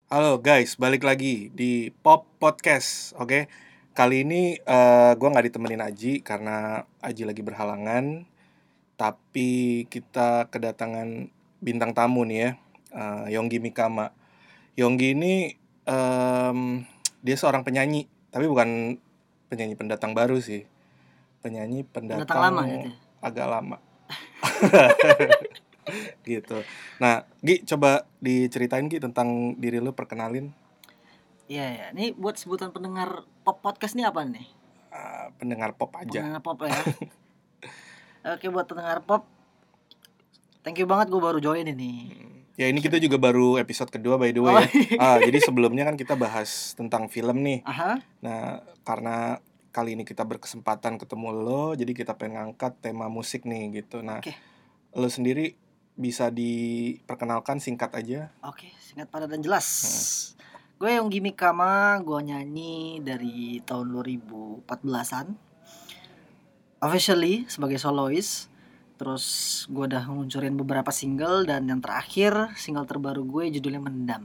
Halo guys, balik lagi di Pop Podcast, oke? Kali ini gue nggak ditemenin Aji karena Aji lagi berhalangan. Tapi kita kedatangan bintang tamu nih ya, Yonggi Mikama. Yonggi ini dia seorang penyanyi, tapi bukan penyanyi pendatang baru sih. Penyanyi Pendatang lama pendatang gitu ya? agak lama. Gitu. Nah, Gi, coba diceritain Gi tentang diri lu, perkenalin. Iya ya. Ini buat sebutan pendengar pop podcast nih apa nih? Pendengar pop aja. Pendengar pop ya. Oke, buat pendengar pop, thank you banget gue baru join ini. Ya ini kita juga baru episode kedua by the way Oh, ya. Jadi sebelumnya kan kita bahas tentang film nih. Aha. Nah karena kali ini kita berkesempatan ketemu lo, jadi kita pengen ngangkat tema musik nih gitu. Nah Oke. lo sendiri bisa diperkenalkan singkat aja. Oke, singkat padat dan jelas. Gue Yonggi Mikama, gue nyanyi dari tahun 2014-an. Officially sebagai soloist. Terus gue udah ngeluncurin beberapa single, dan yang terakhir single terbaru gue judulnya Mendam.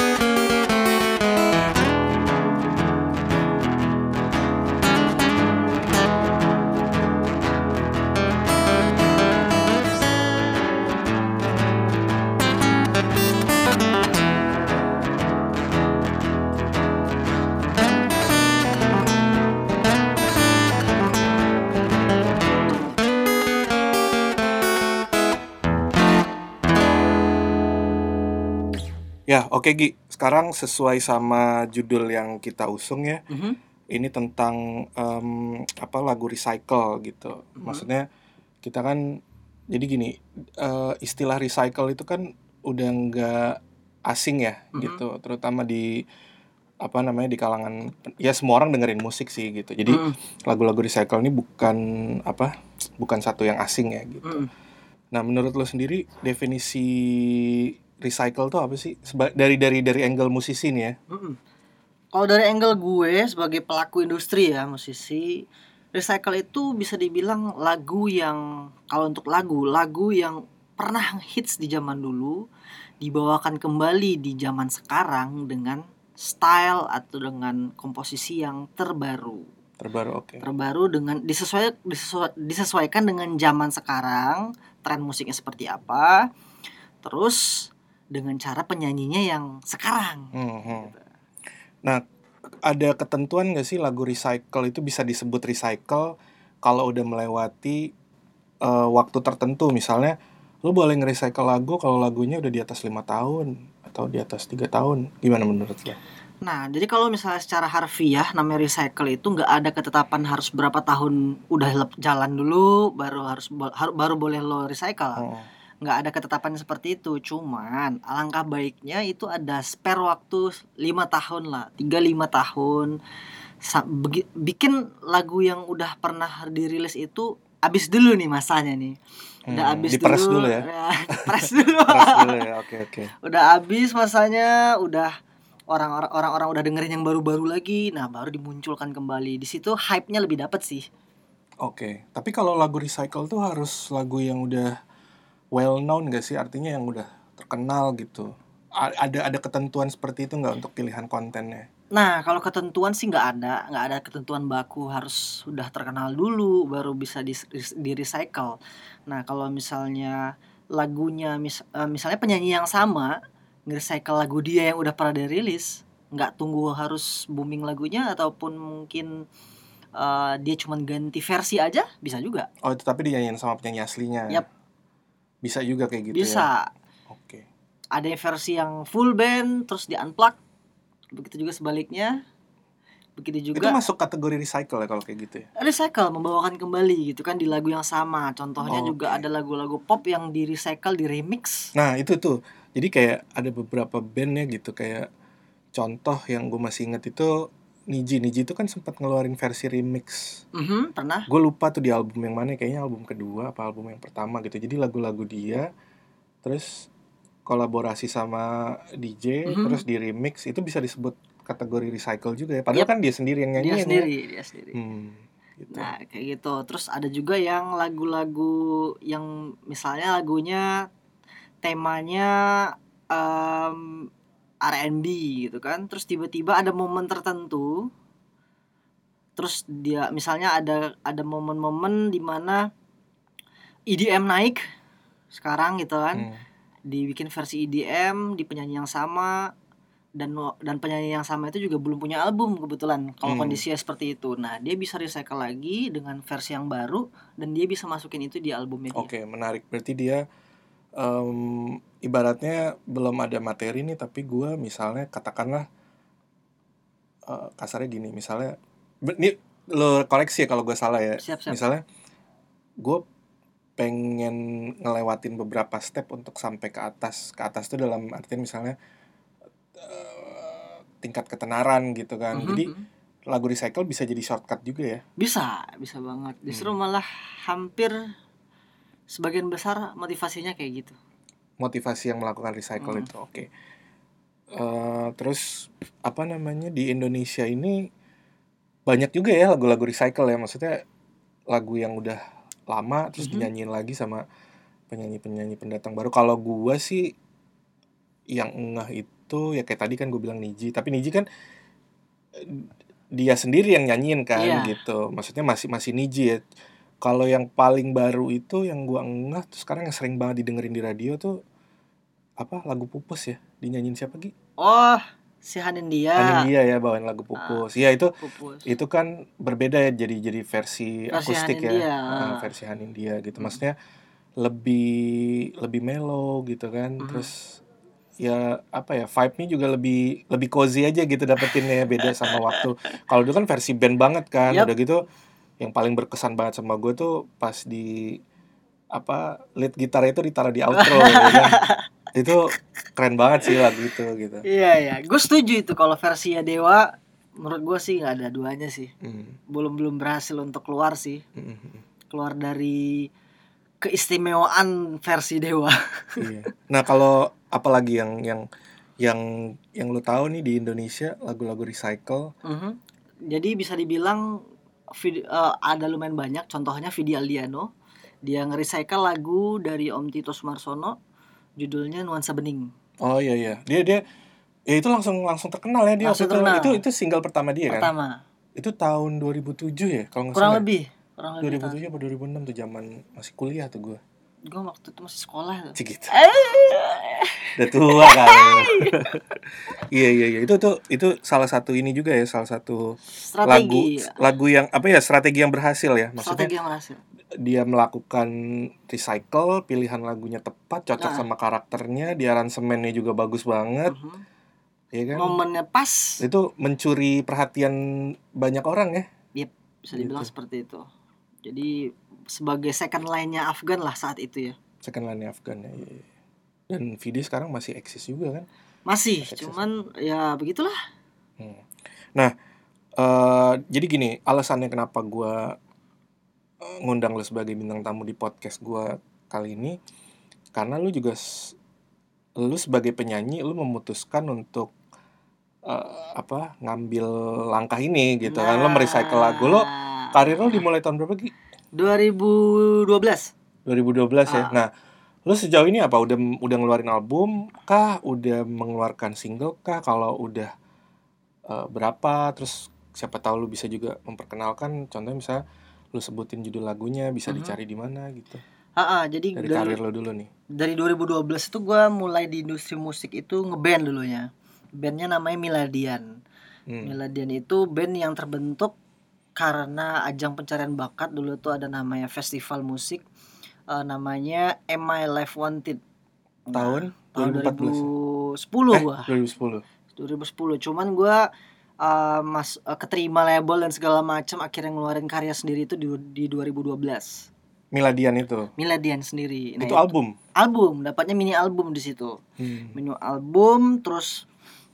Ya oke Gi, sekarang sesuai sama judul yang kita usung ya. Ini tentang lagu recycle gitu. Maksudnya kita kan jadi gini, istilah recycle itu kan udah nggak asing ya gitu, terutama di di kalangan ya semua orang dengerin musik sih gitu. Jadi lagu-lagu recycle ini bukan satu yang asing ya gitu. Nah menurut lo sendiri definisi recycle tuh apa sih? Dari angle musisi nih ya. Kalau dari angle gue sebagai pelaku industri ya, musisi, recycle itu bisa dibilang lagu yang, kalau untuk lagu yang pernah hits di zaman dulu dibawakan kembali di zaman sekarang dengan style atau dengan komposisi yang terbaru. Oke. Terbaru dengan disesuaikan dengan zaman sekarang, tren musiknya seperti apa, terus dengan cara penyanyinya yang sekarang. Nah, ada ketentuan nggak sih lagu recycle itu bisa disebut recycle kalau udah melewati waktu tertentu? Misalnya, lo boleh nge-recycle lagu kalau lagunya udah di atas 5 tahun atau di atas 3 tahun. Gimana menurut lo? Nah, jadi kalau misalnya secara harfiah namanya recycle itu nggak ada ketetapan harus berapa tahun udah jalan dulu baru boleh lo recycle. Nggak ada ketetapan seperti itu. Cuman alangkah baiknya itu ada spare waktu 5 tahun lah, 3-5 tahun. Bikin lagu yang udah pernah dirilis itu abis dulu nih masanya nih. Udah abis diperes dulu ya. Press dulu. Peres dulu ya. Oke. Udah abis masanya, udah orang-orang udah dengerin yang baru-baru lagi, nah baru dimunculkan kembali. Di situ hype-nya lebih dapet sih. Oke. Tapi kalau lagu recycle tuh harus lagu yang udah well known gak sih? Artinya yang udah terkenal gitu. Ada ketentuan seperti itu nggak untuk pilihan kontennya? Nah, kalau ketentuan sih nggak ada ketentuan baku harus sudah terkenal dulu baru bisa di recycle. Nah, kalau misalnya lagunya misalnya penyanyi yang sama nge-recycle lagu dia yang udah pernah dirilis, nggak tunggu harus booming lagunya, ataupun mungkin dia cuma ganti versi aja, bisa juga. Oh, itu tapi dinyanyiin sama penyanyi aslinya. Yap. Bisa juga kayak gitu ya. Bisa. Oke. Ada versi yang full band terus di unplug. Begitu juga sebaliknya. Begitu juga. Itu masuk kategori recycle ya kalau kayak gitu ya. Recycle, membawakan kembali gitu kan di lagu yang sama. Contohnya juga ada lagu-lagu pop yang di recycle, di remix. Nah, itu tuh. Jadi kayak ada beberapa band ya gitu, kayak contoh yang gue masih inget itu Niji itu kan sempat ngeluarin versi remix. Pernah. Gue lupa tuh di album yang mana, kayaknya album kedua apa album yang pertama gitu. Jadi lagu-lagu dia terus kolaborasi sama DJ terus di remix, itu bisa disebut kategori recycle juga ya. Padahal kan dia sendiri yang nyanyiin. Dia sendiri. Gitu. Nah, kayak gitu. Terus ada juga yang lagu-lagu yang misalnya lagunya temanya R&B gitu kan. Terus tiba-tiba ada momen tertentu, terus dia misalnya ada momen-momen di mana EDM naik sekarang gitu kan. Dibikin versi EDM di penyanyi yang sama, dan penyanyi yang sama itu juga belum punya album kebetulan kalau kondisinya seperti itu. Nah, dia bisa recycle lagi dengan versi yang baru dan dia bisa masukin itu di albumnya dia. Oke, menarik. Berarti dia ibaratnya belum ada materi nih, tapi gue misalnya katakanlah kasarnya gini, misalnya ini lo koreksi ya kalau gue salah ya. Siap. Misalnya gue pengen ngelewatin beberapa step untuk sampai ke atas. Ke atas tuh dalam artian misalnya tingkat ketenaran gitu kan. Jadi lagu recycle bisa jadi shortcut juga ya. Bisa banget. Justru malah hampir sebagian besar motivasinya kayak gitu. Motivasi yang melakukan recycle itu. Oke. Terus apa namanya, di Indonesia ini banyak juga ya lagu-lagu recycle ya. Maksudnya lagu yang udah lama terus dinyanyiin lagi sama penyanyi-penyanyi pendatang baru. Kalau gue sih yang ngeh itu ya kayak tadi kan gue bilang Niji, tapi Niji kan dia sendiri yang nyanyiin kan gitu. Maksudnya masih Niji ya. Kalau yang paling baru itu yang gue ngeh tuh sekarang yang sering banget didengerin di radio tuh apa, lagu Pupus ya, dinyanyiin siapa Gi? Oh, si Hanindia. Hanindia ya bawain lagu Pupus. Ya itu Pupus. Itu kan berbeda ya, jadi versi akustik Hanindia. ya. Versi Hanindia gitu. Maksudnya lebih mellow gitu kan. Terus ya apa ya, vibe-nya juga lebih cozy aja gitu dapetinnya, beda sama waktu. Kalau dulu kan versi band banget kan. Udah gitu yang paling berkesan banget sama gue tuh pas di apa, lead gitar itu ditaruh di outro ya kan. Itu keren banget sih lagu itu gitu. Iya, gue setuju itu. Kalau versinya Dewa menurut gue sih nggak ada duanya sih. Belum berhasil untuk keluar sih. Keluar dari keistimewaan versi Dewa. Iya. Nah, kalau apalagi yang lu tahu nih di Indonesia lagu-lagu recycle? Jadi bisa dibilang ada lumayan banyak. Contohnya Vidi Aldiano, dia nge-recycle lagu dari Om Tito Sumarsono, judulnya Nuansa Bening. Oh iya. Dia ya itu langsung terkenal ya dia. Itu single pertama dia kan? Pertama. Itu tahun 2007 ya kalau nggak Kurang salah. lebih 2007 atau 2006 tuh, zaman masih kuliah tuh gue. Gue waktu itu masih sekolah tuh. Gitu. Udah tua kan. Iya. Itu salah satu ini juga ya, salah satu strategi. lagu yang apa ya, strategi yang berhasil ya. Maksudnya strategi yang berhasil. Dia melakukan recycle, pilihan lagunya tepat, cocok sama karakternya, di aransemennya juga bagus banget. Ya kan? Momennya pas. Itu mencuri perhatian banyak orang ya. Yep, bisa dibilang seperti itu. Jadi sebagai second line-nya Afgan lah saat itu ya. Second line-nya Afgan ya. Dan Vidi sekarang masih eksis juga kan? Masih cuman ya begitulah. Nah, jadi gini, alasannya kenapa gue ngundang lu sebagai bintang tamu di podcast gue kali ini, karena lu sebagai penyanyi, lu memutuskan untuk ngambil langkah ini gitu kan. Lo merecycle lagu lo. Karir lo dimulai tahun berapa Gi? 2012 ya. Nah, lo sejauh ini apa, udah ngeluarin album kah, udah mengeluarkan single kah? Kalau udah berapa? Terus siapa tahu lo bisa juga memperkenalkan, contohnya misalnya lo sebutin judul lagunya, bisa dicari di mana gitu. Jadi dari karir lo dulu nih. Dari 2012 itu gue mulai di industri musik itu ngeband dulunya. Bandnya namanya Miladian. Miladian itu band yang terbentuk karena ajang pencarian bakat. Dulu tuh ada namanya festival musik, namanya Am I Live Wanted. Tahun 2010 gua. 2010. Cuman gua keterima label dan segala macam, akhirnya ngeluarin karya sendiri itu di 2012. Miladian sendiri. Nah, itu album, dapatnya mini album di situ. Mini album. Terus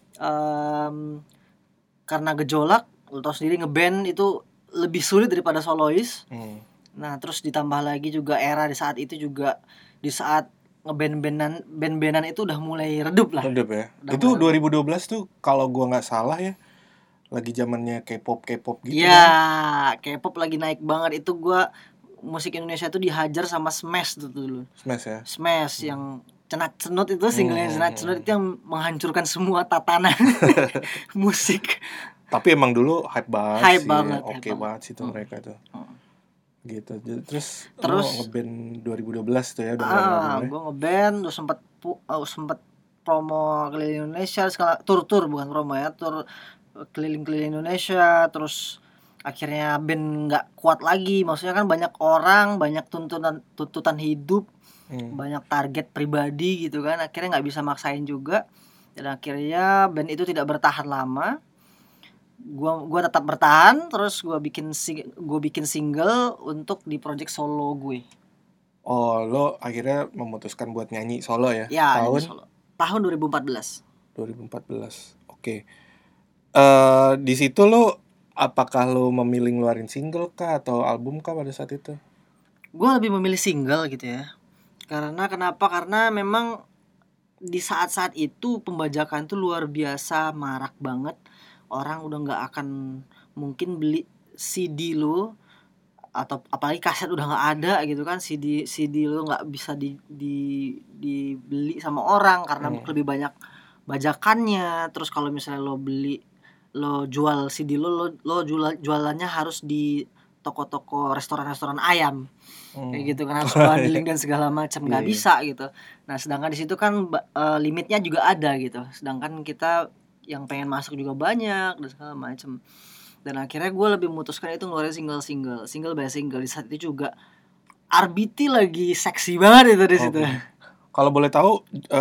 karena gejolak, lo tau sendiri ngeband itu lebih sulit daripada solois. Nah, terus ditambah lagi juga era di saat itu juga, di saat band-bandan itu udah mulai redup ya. Itu 2012 tuh kalau gua nggak salah ya, lagi zamannya K-pop gitu ya kan? K-pop lagi naik banget. Itu gua musik Indonesia tuh dihajar sama Smash tuh dulu. Smash ya. Smash yang Cenat Cenut itu singlenya Cenat Cenut itu yang menghancurkan semua tatanan musik. Tapi emang dulu hype banget sih. Oke banget. banget sih tuh mereka tuh. Gitu. Terus Terus lo ngeband 2012 tuh ya udah ngeluarin albumnya. Gue ngeband terus sempet promo keliling Indonesia, tur bukan promo ya, tur keliling Indonesia. Terus akhirnya band nggak kuat lagi, maksudnya kan banyak orang, banyak tuntutan hidup, banyak target pribadi gitu kan, akhirnya nggak bisa maksain juga, dan akhirnya band itu tidak bertahan lama. Gua tetap bertahan, terus gue bikin single untuk di project solo gue. Oh, lo akhirnya memutuskan buat nyanyi solo ya? Tahun 2014. 2014. Oke. Di situ lo apakah lo memilih ngeluarin single kah atau album kah pada saat itu? Gue lebih memilih single gitu ya. Karena memang di saat-saat itu pembajakan tuh luar biasa marak banget. Orang udah nggak akan mungkin beli CD lo, atau apalagi kaset udah nggak ada gitu kan. CD lo nggak bisa dibeli sama orang karena lebih banyak bajakannya. Terus kalau misalnya lo jual CD lo jualannya harus di toko-toko restoran ayam, kayak gitu kan, harus bundling dan segala macam, nggak bisa gitu. Nah sedangkan di situ kan limitnya juga ada gitu, sedangkan kita yang pengen masuk juga banyak dan segala macam. Dan akhirnya gue lebih memutuskan itu ngeluarin single by single. Di saat itu juga RBT lagi seksi banget itu di situ. Kalau boleh tahu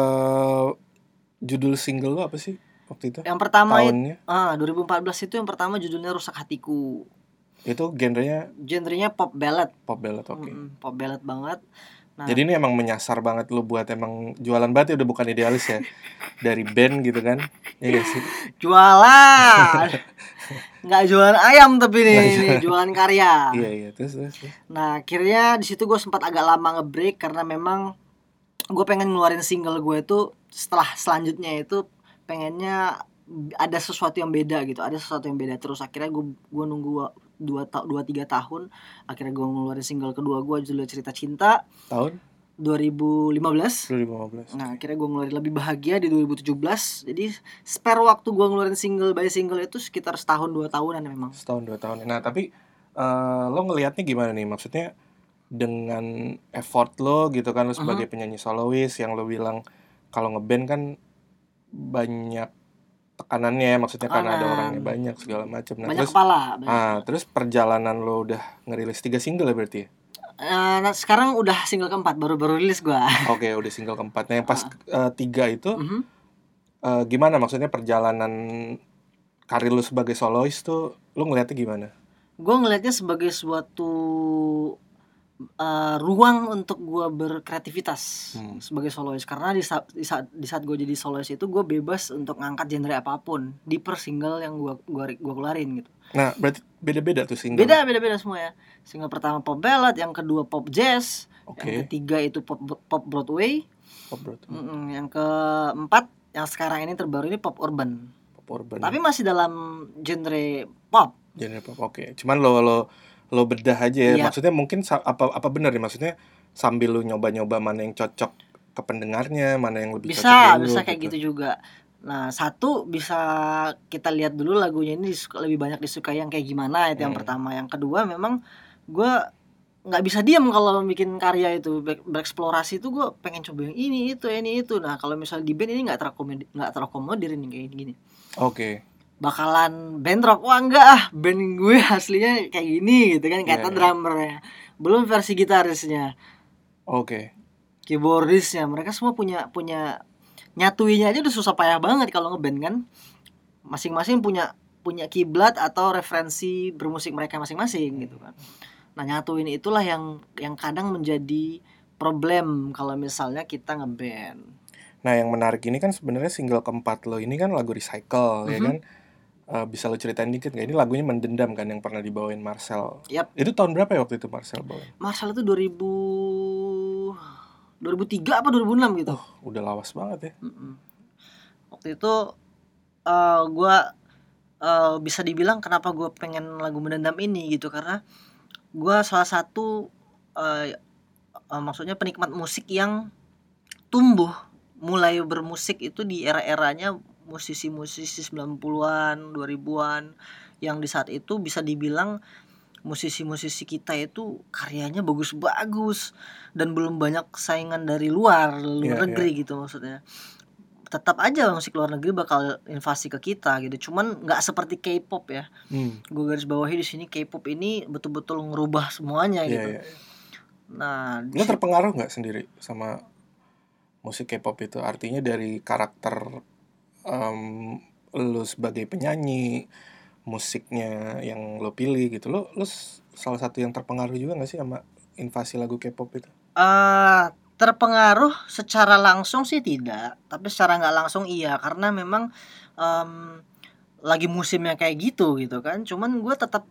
judul single lo apa sih waktu itu? Yang pertama tahunnya? 2014 itu yang pertama judulnya Rusak Hatiku. Itu genrenya pop ballad. Pop ballad, oke. Pop ballad banget. Nah, jadi ini emang menyasar banget lo buat emang jualan banget ya, udah bukan idealis ya. Dari band gitu kan. Iya gak sih? Jualan. Nggak jualan ayam tapi ini jualan karya. Iya, terus. Nah, akhirnya di situ gue sempat agak lama nge-break karena memang gue pengen ngeluarin single gue itu selanjutnya itu pengennya ada sesuatu yang beda gitu, terus akhirnya gue nunggu 2-3 tahun, akhirnya gue ngeluarin single kedua gue judulnya Cerita Cinta tahun 2015. Nah akhirnya gue ngeluarin Lebih Bahagia di 2017. Jadi spare waktu gue ngeluarin single by single itu sekitar 1-2 tahunan memang. 1-2 tahun. Nah tapi lo ngelihatnya gimana nih, maksudnya dengan effort lo gitu kan, lo sebagai penyanyi solois yang lo bilang kalau ngeband kan banyak tekanannya, maksudnya karena ada orangnya banyak segala macam. Nah, banyak kepala. Terus perjalanan lo udah ngerilis 3 single ya berarti ya? Nah, sekarang udah single keempat, baru rilis gue. Oke, udah single keempat. Nah yang pas 3 itu gimana, maksudnya perjalanan karir lo sebagai solois tuh lo ngeliatnya gimana? Gue ngeliatnya sebagai suatu ruang untuk gue berkreativitas sebagai solois, karena di saat gue jadi solois itu gue bebas untuk ngangkat genre apapun di per single yang gue keluarin gitu. Nah berarti beda-beda tuh single? Beda semua ya. Single pertama pop ballad, yang kedua pop jazz, yang ketiga itu pop Broadway, yang keempat yang sekarang ini terbaru ini pop urban. Tapi masih dalam genre pop. Oke. Cuman lo bedah aja ya. Maksudnya mungkin apa benar nih, maksudnya sambil lo nyoba-nyoba mana yang cocok ke pendengarnya, mana yang lebih cocok dulu. Bisa kayak gitu juga. Nah, satu bisa kita lihat dulu lagunya ini lebih banyak disukai yang kayak gimana, itu yang pertama. Yang kedua memang gue nggak bisa diam kalau bikin karya itu, bereksplorasi itu gue pengen coba yang ini itu. Nah kalau misalnya di band ini nggak terakomodir ini kayak gini. Oke. Bakalan band rock, wah enggak band gue aslinya kayak gini gitu kan, kata drummernya, belum versi gitarisnya, keyboardisnya, mereka semua punya nyatuinya aja udah susah payah banget kalau ngeband kan, masing-masing punya kiblat atau referensi bermusik mereka masing-masing gitu kan. Nah nyatuin itulah yang kadang menjadi problem kalau misalnya kita ngeband. Nah yang menarik ini kan sebenarnya single keempat lo ini kan lagu Recycle, ya kan? Bisa lo ceritain dikit nggak? Ini lagunya Mendendam kan yang pernah dibawain Marcel. Yep. Itu tahun berapa ya waktu itu Marcel bawain? Marcel itu 2003 apa 2006 gitu. Udah lawas banget ya. Waktu itu gue bisa dibilang kenapa gue pengen lagu Mendendam ini gitu, karena gue salah satu maksudnya penikmat musik yang tumbuh mulai bermusik itu di era-eranya musisi-musisi 90-an, 2000-an yang di saat itu bisa dibilang musisi-musisi kita itu karyanya bagus-bagus dan belum banyak saingan dari luar negeri gitu maksudnya. Tetap aja musik luar negeri bakal invasi ke kita gitu. Cuman nggak seperti K-pop ya. Gue garis bawahi di sini K-pop ini betul-betul ngerubah semuanya gitu. Nah, lo terpengaruh nggak sendiri sama musik K-pop itu? Artinya dari karakter lo sebagai penyanyi, musiknya yang lo pilih gitu, lo salah satu yang terpengaruh juga nggak sih sama invasi lagu K-pop itu? Terpengaruh secara langsung sih tidak, tapi secara nggak langsung iya, karena memang lagi musimnya kayak gitu kan. Cuman gue tetap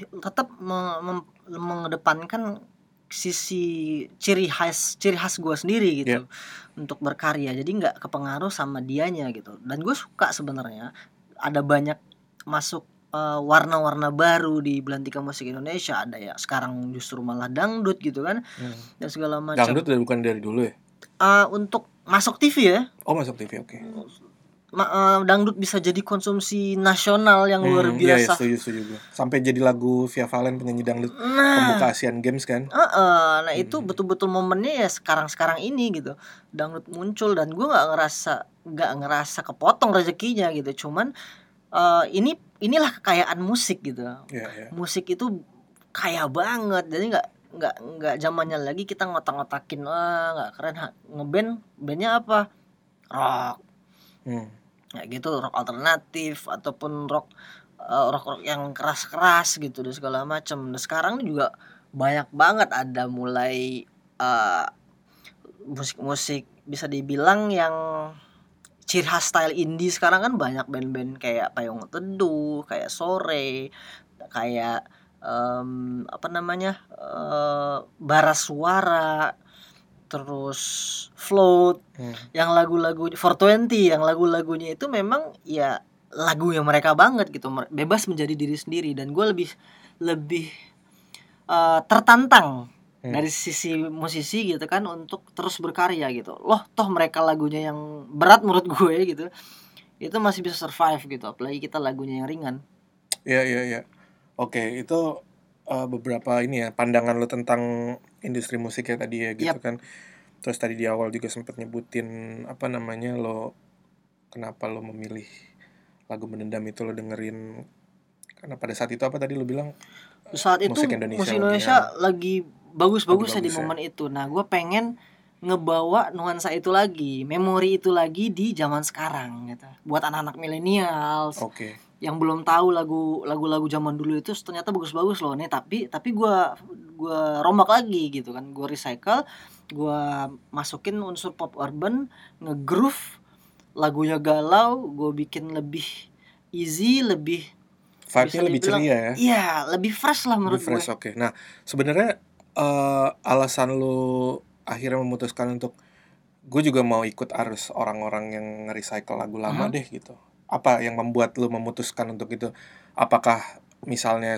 mengedepankan sisi ciri khas gue sendiri gitu untuk berkarya, jadi nggak kepengaruh sama dianya gitu. Dan gue suka sebenarnya ada banyak masuk warna-warna baru di belantika musik Indonesia. Ada ya sekarang justru malah dangdut gitu kan, dan segala macam. Dangdut bukan dari dulu ya? Untuk masuk TV ya. Oh, masuk TV, oke. Dangdut bisa jadi konsumsi nasional yang luar biasa. Iya, setuju gue. Sampai jadi lagu Via Valen penyanyi dangdut pembuka Asian Games kan. Nah itu betul-betul momennya ya sekarang ini gitu. Dangdut muncul dan gue nggak ngerasa kepotong rezekinya gitu. Cuman inilah kekayaan musik gitu. Musik itu kaya banget, jadi nggak zamannya lagi kita ngotak-ngotakin nggak keren bandnya apa, rock kayak gitu, rock alternatif ataupun rock yang keras gitu dan segala macam. Dan sekarang juga banyak banget ada mulai musik-musik bisa dibilang yang ciri khas style indie. Sekarang kan banyak band-band kayak Payung Teduh, kayak Sore, kayak Bara Suara, terus Float, yang lagu-lagu 420, yang lagu-lagunya itu memang ya lagu yang mereka banget gitu, bebas menjadi diri sendiri. Dan gue lebih tertantang dari sisi musisi gitu kan untuk terus berkarya gitu. Loh, toh mereka lagunya yang berat menurut gue gitu, itu masih bisa survive gitu, apalagi kita lagunya yang ringan. Iya. Oke, itu beberapa ini ya pandangan lo tentang industri musik ya tadi ya gitu kan. Terus tadi di awal juga sempat nyebutin lo kenapa lo memilih lagu Mendendam itu, lo dengerin karena pada saat itu apa tadi lo bilang? Saat itu musik Indonesia lagi bagus-bagusnya di momen itu. Nah, gue pengen ngebawa nuansa itu lagi, memori itu lagi di zaman sekarang gitu. Buat anak-anak milenial yang belum tahu lagu-lagu zaman dulu itu ternyata bagus-bagus loh nih, tapi gue rombak lagi gitu kan. Gue recycle, gue masukin unsur pop urban, nge-groove, lagunya galau, gue bikin lebih easy, lebih vibe-nya lebih ceria ya. Iya, lebih fresh lah menurut gue. Oke. Nah, sebenarnya alasan lo akhirnya memutuskan untuk gue juga mau ikut arus orang-orang yang nge-recycle lagu lama deh gitu. Apa yang membuat lo memutuskan untuk itu? Apakah misalnya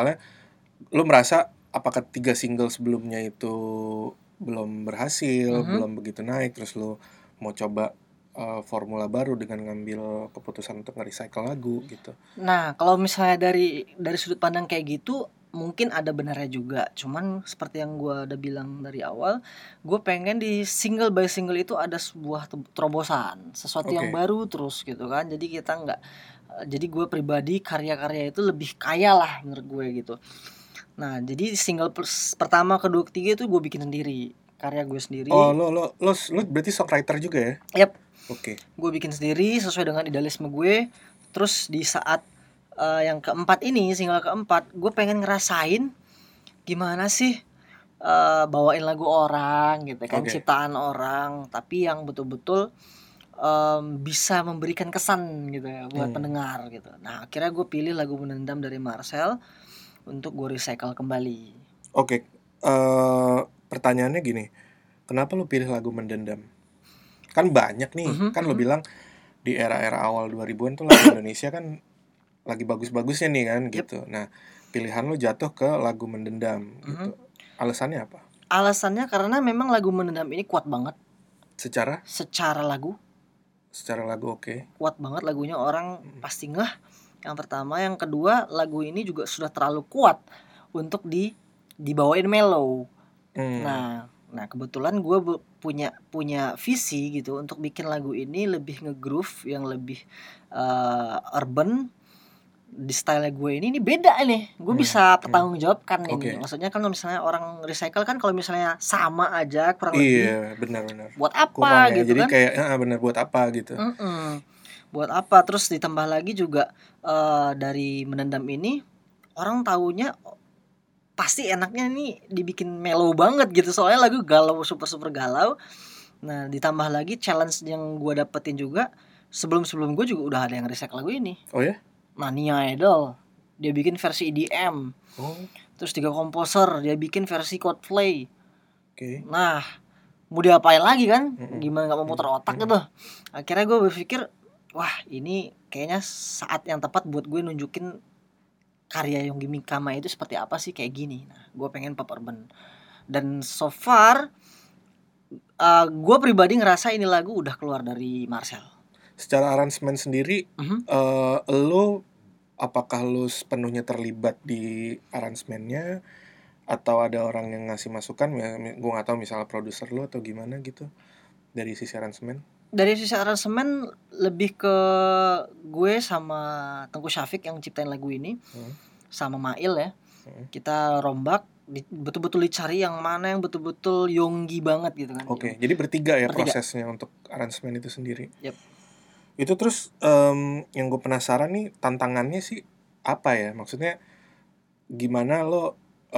lo merasa apakah 3 single sebelumnya itu belum berhasil, belum begitu naik, terus lo mau coba formula baru dengan ngambil keputusan untuk nge-recycle lagu gitu. Nah, kalau misalnya dari sudut pandang kayak gitu mungkin ada benarnya juga. Cuman seperti yang gue udah bilang dari awal, gue pengen di single by single itu ada sebuah terobosan, sesuatu yang baru terus gitu kan. Jadi jadi gue pribadi karya-karya itu lebih kaya lah menurut gue gitu. Nah, jadi single pertama, kedua, ketiga itu gue bikin sendiri, karya gue sendiri. Oh, lo berarti songwriter juga ya? Yap. Oke. Gue bikin sendiri sesuai dengan idealisme gue. Terus di saat yang keempat ini, single keempat, gue pengen ngerasain gimana sih bawain lagu orang gitu kan, ciptaan orang, tapi yang betul-betul bisa memberikan kesan gitu ya buat pendengar gitu. Nah, akhirnya gue pilih lagu Mendendam dari Marcel untuk gue recycle kembali. Oke. Pertanyaannya gini, kenapa lo pilih lagu Mendendam? Kan banyak nih, kan lo bilang di era-era awal 2000-an tuh lagu Indonesia kan lagi bagus-bagusnya nih kan gitu. Nah, pilihan lo jatuh ke lagu Mendendam gitu. Alasannya apa? Alasannya karena memang lagu Mendendam ini kuat banget. secara lagu oke. kuat banget lagunya, orang pasti ngeh. Yang pertama, yang kedua, lagu ini juga sudah terlalu kuat untuk dibawain mellow. Nah kebetulan gue punya visi gitu untuk bikin lagu ini lebih nge-groove, yang lebih urban. Di style gue ini beda nih, gue bisa bertanggung jawabkan ini. Maksudnya kan kalau misalnya orang recycle kan kalau misalnya sama aja kurang lebih. Iya, benar. Buat apa kurang gitu jadi kan? Jadi kayak benar buat apa gitu. Buat apa? Terus ditambah lagi juga dari Menendam ini orang taunya pasti enaknya nih dibikin mellow banget gitu, soalnya lagu galau, super galau. Nah ditambah lagi challenge yang gue dapetin juga, sebelum gue juga udah ada yang recycle lagu ini. Oh ya? Nia Idol, dia bikin versi EDM. Terus 3 komposer, dia bikin versi Coldplay. Nah mau diapain lagi kan? Gimana nggak memutar otak gitu. Akhirnya gue berpikir, wah ini kayaknya saat yang tepat buat gue nunjukin karya Younggi Mikama itu seperti apa sih, kayak gini. Nah gue pengen pop urban. Dan so far gue pribadi ngerasa ini lagu udah keluar dari Marcel. Secara aransemen sendiri, lo apakah lo sepenuhnya terlibat di aransemennya atau ada orang yang ngasih masukan? Gue nggak tahu, misalnya produser lo atau gimana gitu dari sisi aransemen? Dari sisi aransemen lebih ke gue sama Tengku Syafiq yang ciptain lagu ini, sama Mail ya. Kita rombak, betul-betul dicari yang mana yang betul-betul Younggi banget gitu kan. Jadi bertiga ya prosesnya untuk aransemen itu sendiri. Yep. Itu terus yang gue penasaran nih, tantangannya sih apa ya? Maksudnya gimana lo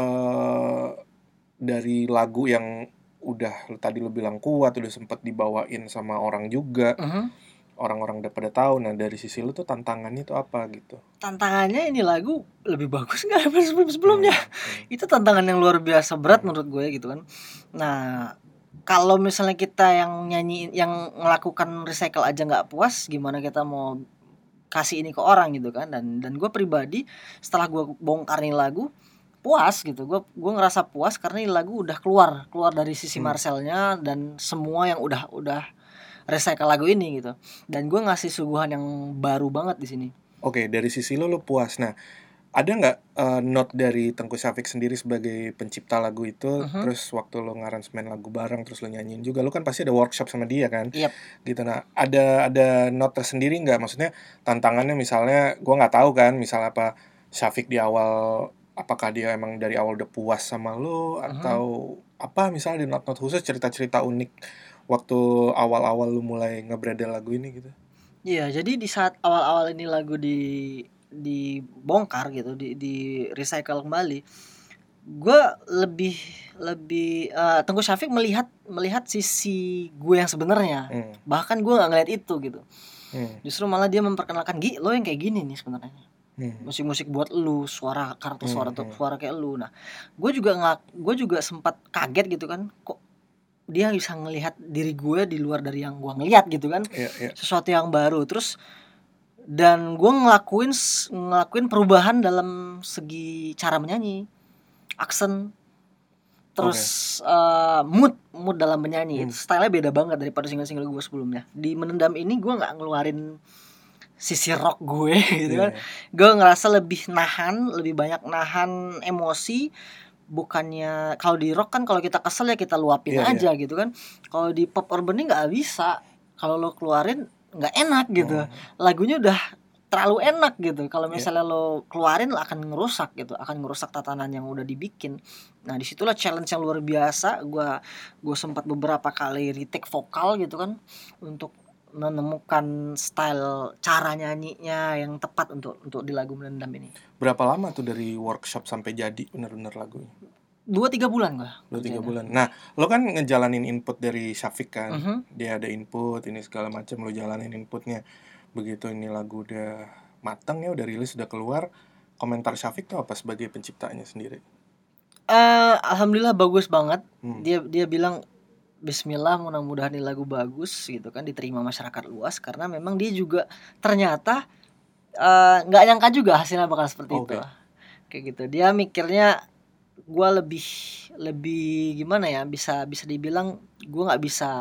dari lagu yang udah tadi lo bilang kuat, udah sempet dibawain sama orang juga, orang-orang udah pada tahu. Nah dari sisi lo tuh tantangannya tuh apa gitu? Tantangannya ini lagu lebih bagus nggak daripada sebelumnya. Itu tantangan yang luar biasa berat menurut gue gitu kan. Nah kalau misalnya kita yang nyanyi, yang melakukan recycle aja nggak puas, gimana kita mau kasih ini ke orang gitu kan. Dan gue pribadi setelah gue bongkar nih lagu, puas gitu. Gue ngerasa puas karena ini lagu udah keluar dari sisi Marcelnya dan semua yang udah recycle lagu ini gitu. Dan gue ngasih suguhan yang baru banget di sini. Oke, dari sisi lo puas. Nah, ada nggak note dari Tengku Syafiq sendiri sebagai pencipta lagu itu, terus waktu lo ngaransemen lagu bareng, terus lo nyanyiin juga, lo kan pasti ada workshop sama dia kan? Gitu. Nah, ada note tersendiri nggak? Maksudnya tantangannya misalnya, gue nggak tahu kan, misalnya apa Syafiq di awal, apakah dia emang dari awal udah puas sama lo, atau apa misalnya di note-note khusus, cerita-cerita unik waktu awal-awal lo mulai nge-bredel lagu ini gitu? Iya, jadi di saat awal-awal ini lagu dibongkar gitu, di recycle kembali, gue lebih Tengku Syafiq melihat sisi gue yang sebenarnya. Bahkan gue nggak ngeliat itu gitu. Justru malah dia memperkenalkan, Gi, lo yang kayak gini nih sebenarnya. Musik-musik buat lu, suara karakter suara kayak lu. Nah gue juga sempat kaget gitu kan, kok dia bisa ngelihat diri gue di luar dari yang gue ngelihat gitu kan. Sesuatu yang baru. Terus dan gue ngelakuin perubahan dalam segi cara menyanyi, aksen, terus mood dalam menyanyi. Stylenya beda banget daripada single-single gue sebelumnya. Di Menendam ini gue nggak ngeluarin sisi rock gue gitu kan. Gue ngerasa lebih banyak nahan emosi. Bukannya kalau di rock kan kalau kita kesel ya kita luapin aja gitu kan. Kalau di pop urban ini nggak bisa. Kalau lo keluarin nggak enak gitu. Lagunya udah terlalu enak gitu. Kalau misalnya lo keluarin lo akan ngerusak gitu, akan ngerusak tatanan yang udah dibikin. Nah disitulah challenge yang luar biasa. Gue sempat beberapa kali retake vokal gitu kan, untuk menemukan style cara nyanyinya yang tepat untuk di lagu Menendam ini. Berapa lama tuh dari workshop sampai jadi benar-benar lagunya? 2-3 bulan gua. 2-3 bulan. Nah, lo kan ngejalanin input dari Syafiq kan. Dia ada input ini segala macam, lo jalanin inputnya. Begitu ini lagu udah matang ya, udah rilis, udah keluar, komentar Syafiq tuh apa sebagai penciptanya sendiri? Alhamdulillah bagus banget. Dia bilang Bismillah, mudah-mudahan ini lagu bagus gitu kan, diterima masyarakat luas, karena memang dia juga ternyata nggak nyangka juga hasilnya bakal seperti itu. Kayak gitu. Dia mikirnya gue lebih gimana ya, bisa dibilang gue nggak bisa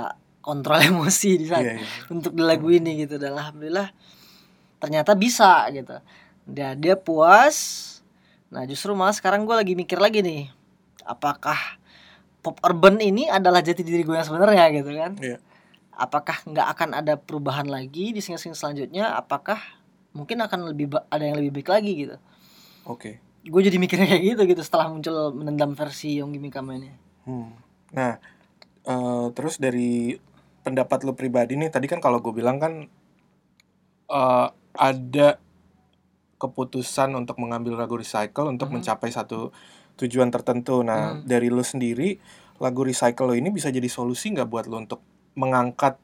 kontrol emosi di saat untuk di lagu ini gitu. Dan alhamdulillah ternyata bisa gitu. Dia puas. Nah justru malah sekarang gue lagi mikir lagi nih, apakah pop urban ini adalah jati diri gue yang sebenarnya gitu kan? Apakah nggak akan ada perubahan lagi di single-single selanjutnya? Apakah mungkin akan ada yang lebih baik lagi gitu? Gue jadi mikirnya kayak gitu setelah muncul Menendam versi Yonggi Mikama ini. Nah, terus dari pendapat lu pribadi nih, tadi kan kalau gue bilang kan ada keputusan untuk mengambil lagu recycle untuk mencapai satu tujuan tertentu. Nah, dari lu sendiri, lagu recycle lo ini bisa jadi solusi nggak buat lu untuk mengangkat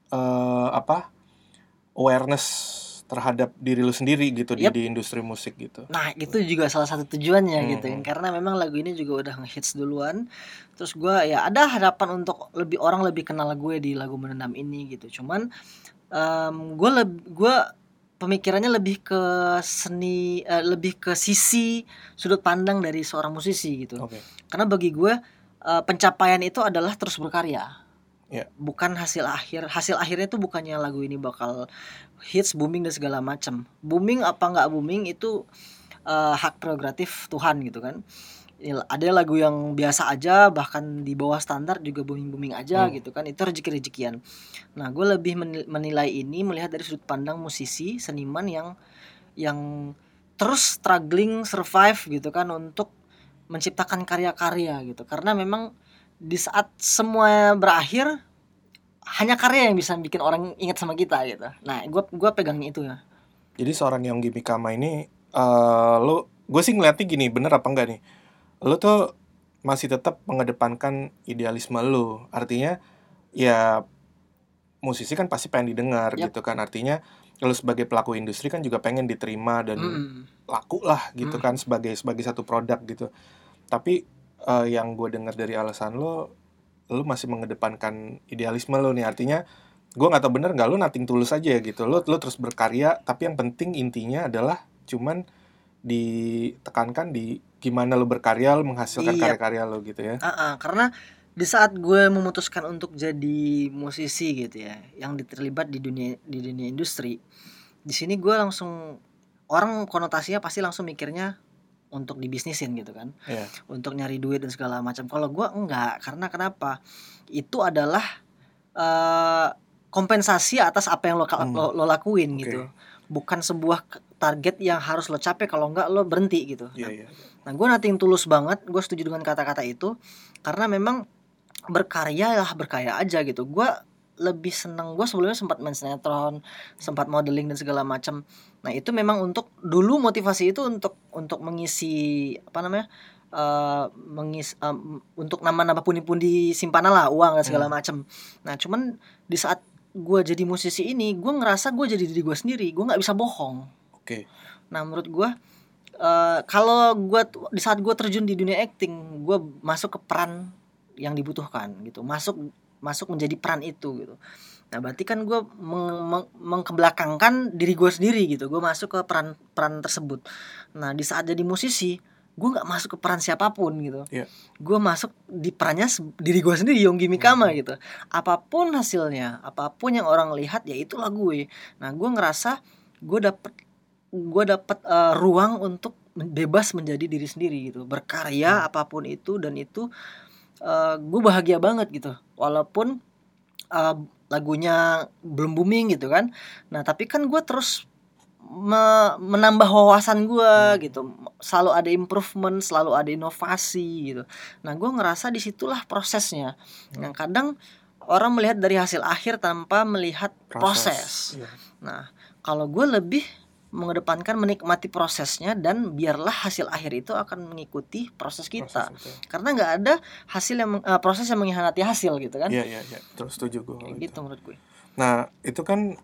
awareness terhadap diri lu sendiri gitu di industri musik gitu? Nah itu juga salah satu tujuannya gitu kan, karena memang lagu ini juga udah ngehits duluan. Terus gue ya ada harapan untuk orang lebih kenal gue di lagu Menendam ini gitu. Cuman gue pemikirannya lebih ke seni, lebih ke sisi sudut pandang dari seorang musisi gitu. Karena bagi gue pencapaian itu adalah terus berkarya. Bukan hasil akhirnya itu bukannya lagu ini bakal hits, booming dan segala macam. Booming apa nggak booming itu hak prerogatif Tuhan gitu kan. Ada lagu yang biasa aja bahkan di bawah standar juga booming aja gitu kan, itu rezeki-rezekian. Nah gue lebih menilai ini melihat dari sudut pandang musisi, seniman yang terus struggling survive gitu kan untuk menciptakan karya-karya gitu. Karena memang di saat semua berakhir hanya karya yang bisa bikin orang ingat sama kita gitu. Nah gue pegangnya itu ya. Jadi seorang Yonggi Mikama ini gue sih ngeliatnya gini, bener apa enggak nih, lu tuh masih tetap mengedepankan idealisme lu. Artinya ya musisi kan pasti pengen didengar gitu kan. Artinya lu sebagai pelaku industri kan juga pengen diterima dan laku lah gitu kan sebagai satu produk gitu. Tapi yang gue dengar dari alasan lu masih mengedepankan idealisme lu nih. Artinya gue nggak tahu bener nggak, lu nothing tulus aja gitu. Lu terus berkarya, tapi yang penting intinya adalah cuman ditekankan di gimana lu berkarya, lu menghasilkan karya-karya lu gitu ya. Karena di saat gue memutuskan untuk jadi musisi gitu ya, yang terlibat di dunia industri, di sini gue langsung, orang konotasinya pasti langsung mikirnya untuk dibisnisin gitu kan, untuk nyari duit dan segala macam. Kalau gue enggak, karena kenapa? Itu adalah kompensasi atas apa yang lo lakuin gitu. Bukan sebuah target yang harus lo capai, kalau enggak lo berhenti gitu. Nah gue nothing tulus banget, gue setuju dengan kata-kata itu. Karena memang berkarya aja gitu. Gue lebih seneng, gue sebelumnya sempat main sinetron, sempat modeling dan segala macam. Nah itu memang untuk dulu motivasi itu untuk mengisi untuk nama-nama pundi-pundi simpanan lah, uang dan segala macam. Nah cuman di saat gue jadi musisi ini, gue ngerasa gue jadi diri gue sendiri, gue nggak bisa bohong. Nah menurut gue kalau gue di saat gue terjun di dunia acting, gue masuk ke peran yang dibutuhkan gitu, masuk menjadi peran itu gitu. Nah berarti kan gue mengkebelakangkan diri gue sendiri gitu, gue masuk ke peran tersebut. Nah di saat jadi musisi, gue nggak masuk ke peran siapapun gitu. Gue masuk di perannya diri gue sendiri, Yonggi Mikama gitu. Apapun hasilnya, apapun yang orang lihat, ya itulah gue. Nah gue ngerasa gue dapet ruang untuk bebas menjadi diri sendiri gitu, berkarya apapun itu. Dan itu gue bahagia banget gitu, walaupun lagunya belum booming gitu kan. Nah tapi kan gue terus menambah wawasan gue gitu, selalu ada improvement, selalu ada inovasi gitu. Nah gue ngerasa disitulah prosesnya. Yang kadang orang melihat dari hasil akhir tanpa melihat proses. Nah kalau gue lebih mengedepankan menikmati prosesnya, dan biarlah hasil akhir itu akan mengikuti proses kita. Karena nggak ada hasil yang proses yang mengkhianati hasil gitu kan. Iya. Terus setuju gue gitu menurut gue. Nah itu kan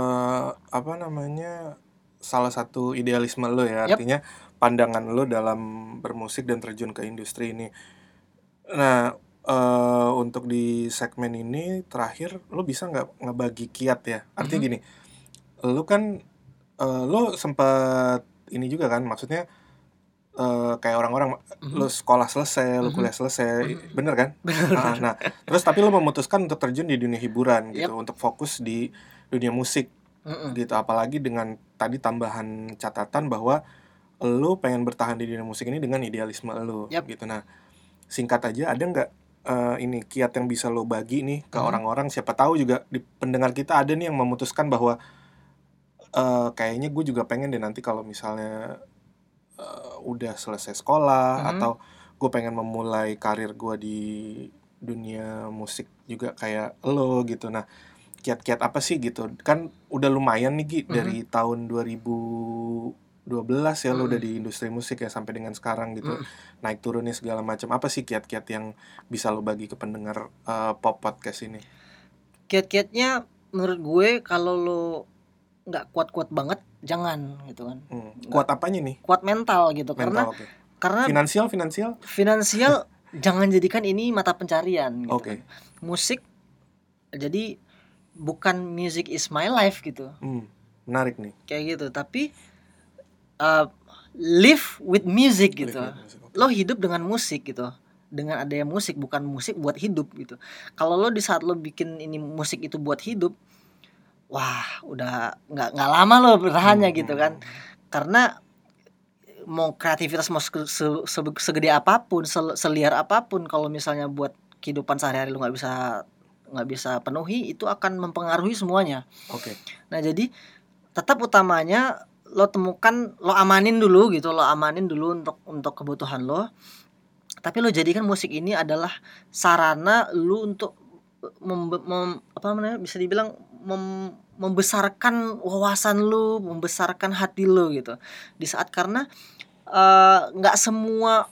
salah satu idealisme lo ya. Artinya pandangan lo dalam bermusik dan terjun ke industri ini. Nah untuk di segmen ini terakhir, lo bisa nggak ngebagi kiat ya? Artinya gini, lo kan lo sempat ini juga kan, maksudnya kayak orang-orang lu sekolah selesai, lu kuliah selesai, bener kan? Bener. Nah, terus tapi lu memutuskan untuk terjun di dunia hiburan gitu, Yep. untuk fokus di dunia musik gitu. Apalagi dengan tadi tambahan catatan bahwa lu pengen bertahan di dunia musik ini dengan idealisme lu Yep. gitu. Nah, singkat aja, ada nggak ini kiat yang bisa lo bagi nih ke orang-orang, siapa tahu juga di pendengar kita ada nih yang memutuskan bahwa kayaknya gue juga pengen deh nanti kalau misalnya udah selesai sekolah atau gue pengen memulai karir gue di dunia musik juga kayak lo gitu. Nah, kiat-kiat apa sih gitu? Kan udah lumayan nih Gi, dari tahun 2012 ya lo udah di industri musik ya sampai dengan sekarang gitu. Naik turunnya segala macam. Apa sih kiat-kiat yang bisa lo bagi ke pendengar pop podcast ini? Kiat-kiatnya menurut gue kalau lo nggak kuat-kuat banget jangan gitu kan. Kuat apanya nih? Kuat mental gitu. Mental, karena finansial jangan jadikan ini mata pencarian gitu kan. Musik jadi bukan music is my life gitu. Menarik nih. Kayak gitu, tapi live with music gitu. Lo hidup dengan musik gitu. Dengan adanya musik, bukan musik buat hidup gitu. Kalau lo di saat lo bikin ini musik itu buat hidup, wah udah nggak lama lo bertahannya gitu kan. Karena mau kreativitas mau segede apapun, seliar apapun, kalau misalnya buat kehidupan sehari-hari lo nggak bisa penuhi, itu akan mempengaruhi semuanya. Nah jadi tetap utamanya lo temukan, lo amanin dulu untuk kebutuhan lo. Tapi lo jadikan musik ini adalah sarana lo untuk bisa dibilang membesarkan wawasan lo, membesarkan hati lo gitu. Di saat karena nggak semua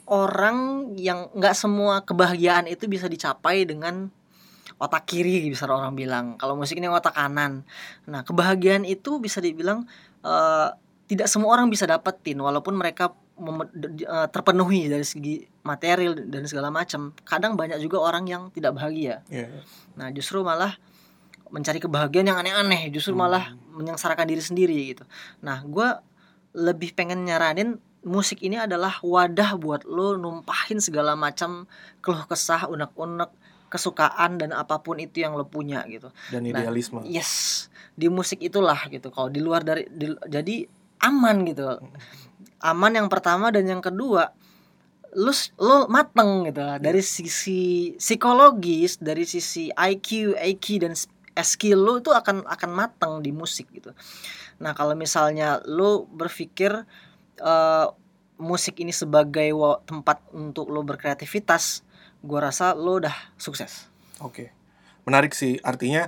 kebahagiaan itu bisa dicapai dengan otak kiri, bisa orang bilang. Kalau musik ini otak kanan. Nah, kebahagiaan itu bisa dibilang tidak semua orang bisa dapetin, walaupun mereka terpenuhi dari segi material dan segala macam. Kadang banyak juga orang yang tidak bahagia. Nah, justru malah mencari kebahagiaan yang aneh-aneh, justru malah menyengsarakan diri sendiri gitu. Nah, gue lebih pengen nyaranin musik ini adalah wadah buat lo numpahin segala macam keluh kesah, unek-unek, kesukaan dan apapun itu yang lo punya gitu. Dan idealisme. Yes, di musik itulah gitu. Kalau di luar jadi aman gitu. Aman yang pertama, dan yang kedua lo mateng gitu. Dari sisi psikologis, dari sisi IQ dan skill lo itu akan mateng di musik gitu. Nah, kalau misalnya lo berpikir musik ini sebagai tempat untuk lo berkreativitas, gue rasa lo udah sukses. Menarik sih. Artinya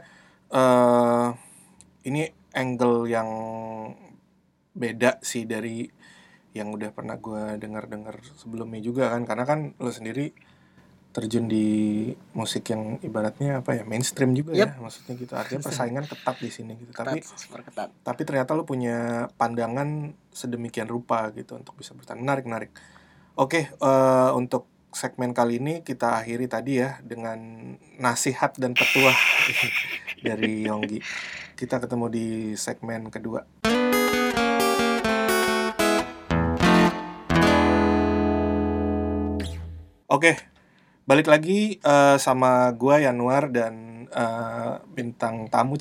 ini angle yang beda sih dari yang udah pernah gue dengar sebelumnya juga kan. Karena kan lo sendiri terjun di musik yang ibaratnya mainstream juga. Ya maksudnya gitu. Artinya persaingan ketat di sini gitu. Tapi ternyata lo punya pandangan sedemikian rupa gitu untuk bisa bertahan. Menarik. Untuk segmen kali ini kita akhiri tadi ya dengan nasihat dan petuah dari Yonggi. Kita ketemu di segmen kedua. Balik lagi sama gua Yanuar dan bintang tamu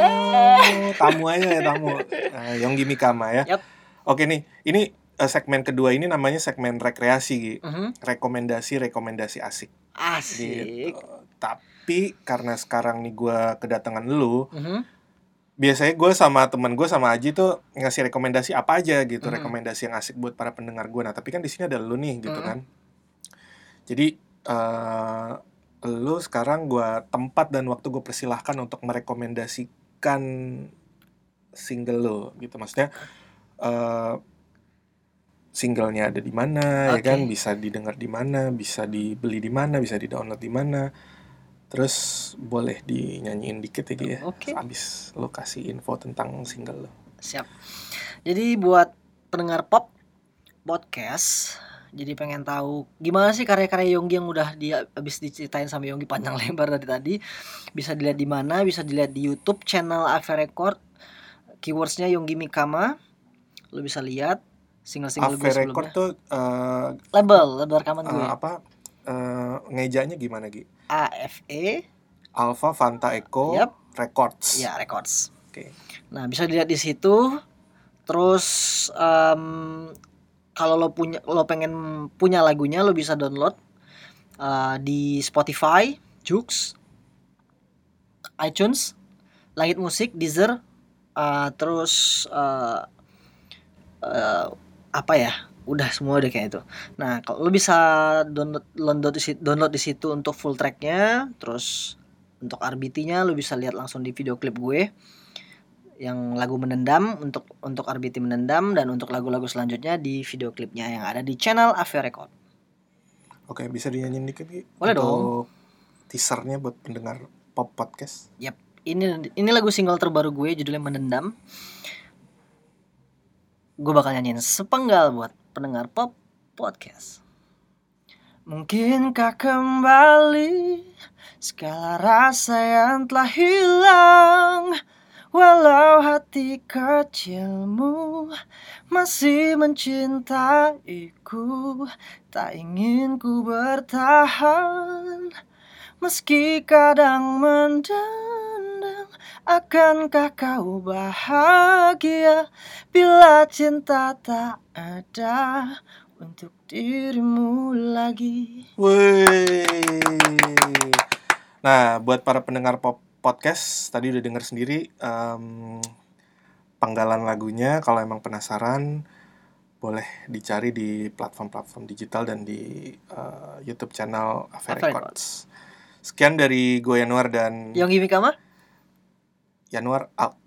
aja Yonggi Mikama ya. Nih, ini segmen kedua ini namanya segmen rekreasi, rekomendasi asik. Gitu. Tapi karena sekarang nih gue kedatangan lu, biasanya gue sama teman gue sama Aji tuh ngasih rekomendasi apa aja gitu, rekomendasi yang asik buat para pendengar gue. Nah tapi kan di sini ada lu nih gitu kan. Jadi lu sekarang gue tempat dan waktu gue persilahkan untuk merekomendasikan single lu gitu. Maksudnya singlenya ada di mana, ya kan, bisa didengar di mana, bisa dibeli di mana, bisa di-download di mana. Terus boleh dinyanyiin dikit ya, abis lo kasih info tentang single lo. Siap. Jadi buat pendengar pop podcast, jadi pengen tahu gimana sih karya-karya Yonggi yang udah abis diceritain sama Yonggi panjang lebar dari tadi, bisa dilihat di mana? Bisa dilihat di YouTube channel Ave Record, keywordsnya Yonggi Mikama, lo bisa lihat. single-single gue Ave Record sebelumnya. tuh Label rekaman gue. ngejanya gimana Gi? AFE Alpha Fanta Echo Yap. Records. Ya, Records. Oke. Nah, bisa dilihat di situ. Terus kalau lo pengen punya lagunya, lo bisa download di Spotify, Joox, iTunes, Langit Musik, Deezer, terus apa ya? Udah semua udah kayak itu. Nah, kalau lo bisa download di situ untuk full tracknya, terus untuk RBT-nya lo bisa lihat langsung di video klip gue yang lagu Menendam, untuk RBT Menendam, dan untuk lagu-lagu selanjutnya di video klipnya yang ada di channel Ave Record. Oke, bisa dinyanyiin dikit Gi? Boleh untuk dong. teasernya buat pendengar Pop Podcast. Yap, ini lagu single terbaru gue, judulnya Menendam. Gue bakal nyanyiin sepenggal buat pendengar Pop Podcast. Mungkinkah kembali segala rasa yang telah hilang, walau hati kecilmu masih mencintaiku. Tak ingin ku bertahan meski kadang mendendam. Akankah kau bahagia bila cinta tak ada untuk dirimu lagi? Nah, buat para pendengar Pop Podcast, tadi udah denger sendiri penggalan lagunya. Kalau emang penasaran, boleh dicari di platform-platform digital dan di YouTube channel Ave Records. Sekian dari gue Yanuar dan Yonggi Mikama. Yanuar out.